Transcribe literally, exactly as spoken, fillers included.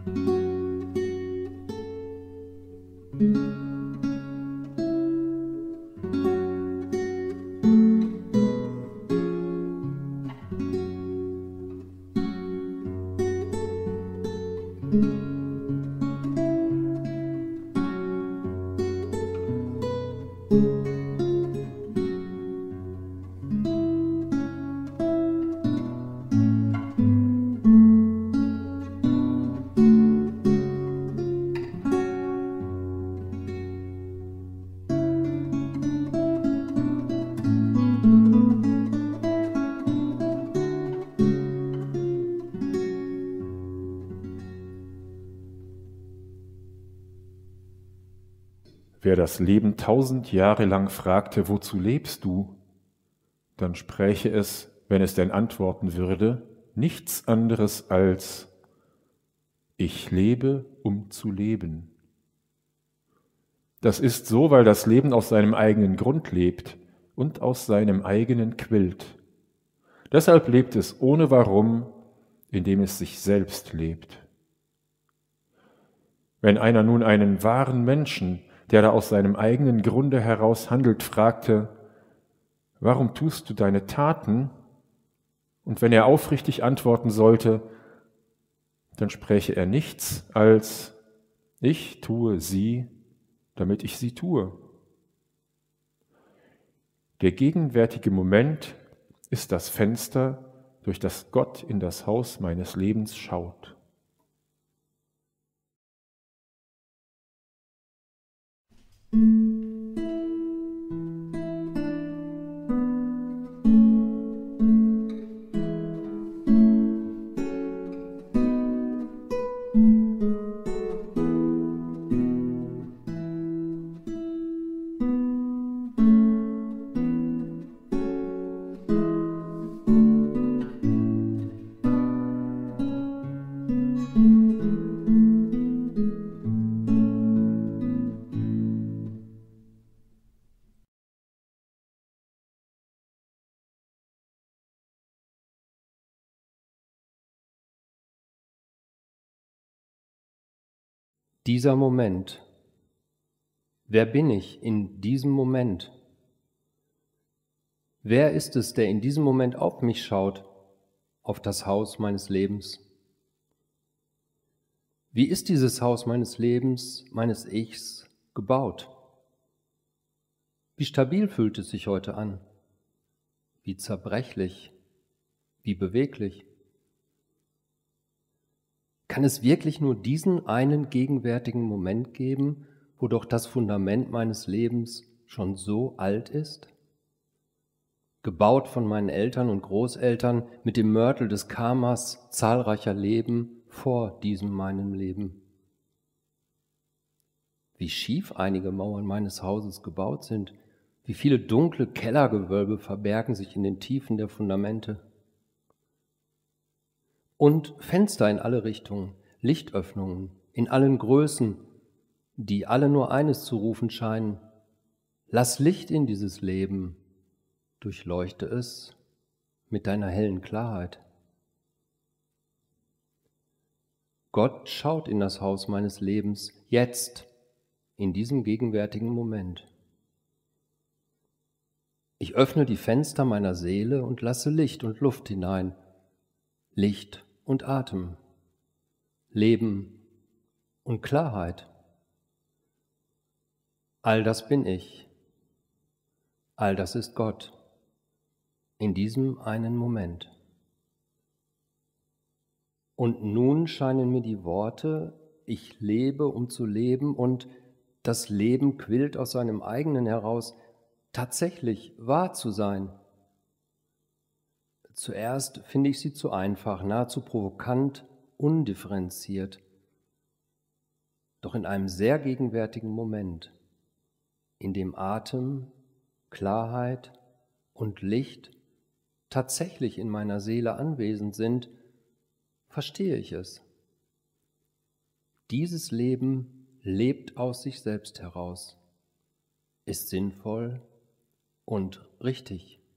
Wer das Leben tausend Jahre lang fragte, wozu lebst du? Dann spräche es, wenn es denn antworten würde, nichts anderes als: Ich lebe, um zu leben. Das ist so, weil das Leben aus seinem eigenen Grund lebt und aus seinem eigenen quillt. Deshalb lebt es ohne Warum, indem es sich selbst lebt. Wenn einer nun einen wahren Menschen, der da aus seinem eigenen Grunde heraus handelt, fragte: Warum tust du deine Taten? Und wenn er aufrichtig antworten sollte, dann spräche er nichts als: Ich tue sie, damit ich sie tue. Der gegenwärtige Moment ist das Fenster, durch das Gott in das Haus meines Lebens schaut. Dieser Moment. Wer bin ich in diesem Moment? Wer ist es, der in diesem Moment auf mich schaut, auf das Haus meines Lebens? Wie ist dieses Haus meines Lebens, meines Ichs, gebaut? Wie stabil fühlt es sich heute an? Wie zerbrechlich? Wie beweglich? Kann es wirklich nur diesen einen gegenwärtigen Moment geben, wo doch das Fundament meines Lebens schon so alt ist? Gebaut von meinen Eltern und Großeltern mit dem Mörtel des Karmas zahlreicher Leben vor diesem meinem Leben. Wie schief einige Mauern meines Hauses gebaut sind, wie viele dunkle Kellergewölbe verbergen sich in den Tiefen der Fundamente. Und Fenster in alle Richtungen, Lichtöffnungen in allen Größen, die alle nur eines zu rufen scheinen: Lass Licht in dieses Leben, durchleuchte es mit deiner hellen Klarheit. Gott schaut in das Haus meines Lebens, jetzt, in diesem gegenwärtigen Moment. Ich öffne die Fenster meiner Seele und lasse Licht und Luft hinein, Licht und Atem, Leben und Klarheit. All das bin ich, all das ist Gott, in diesem einen Moment. Und nun scheinen mir die Worte: Ich lebe, um zu leben, und das Leben quillt aus seinem eigenen heraus, tatsächlich wahr zu sein. Zuerst finde ich sie zu einfach, nahezu provokant, undifferenziert. Doch in einem sehr gegenwärtigen Moment, in dem Atem, Klarheit und Licht tatsächlich in meiner Seele anwesend sind, verstehe ich es. Dieses Leben lebt aus sich selbst heraus, ist sinnvoll und richtig.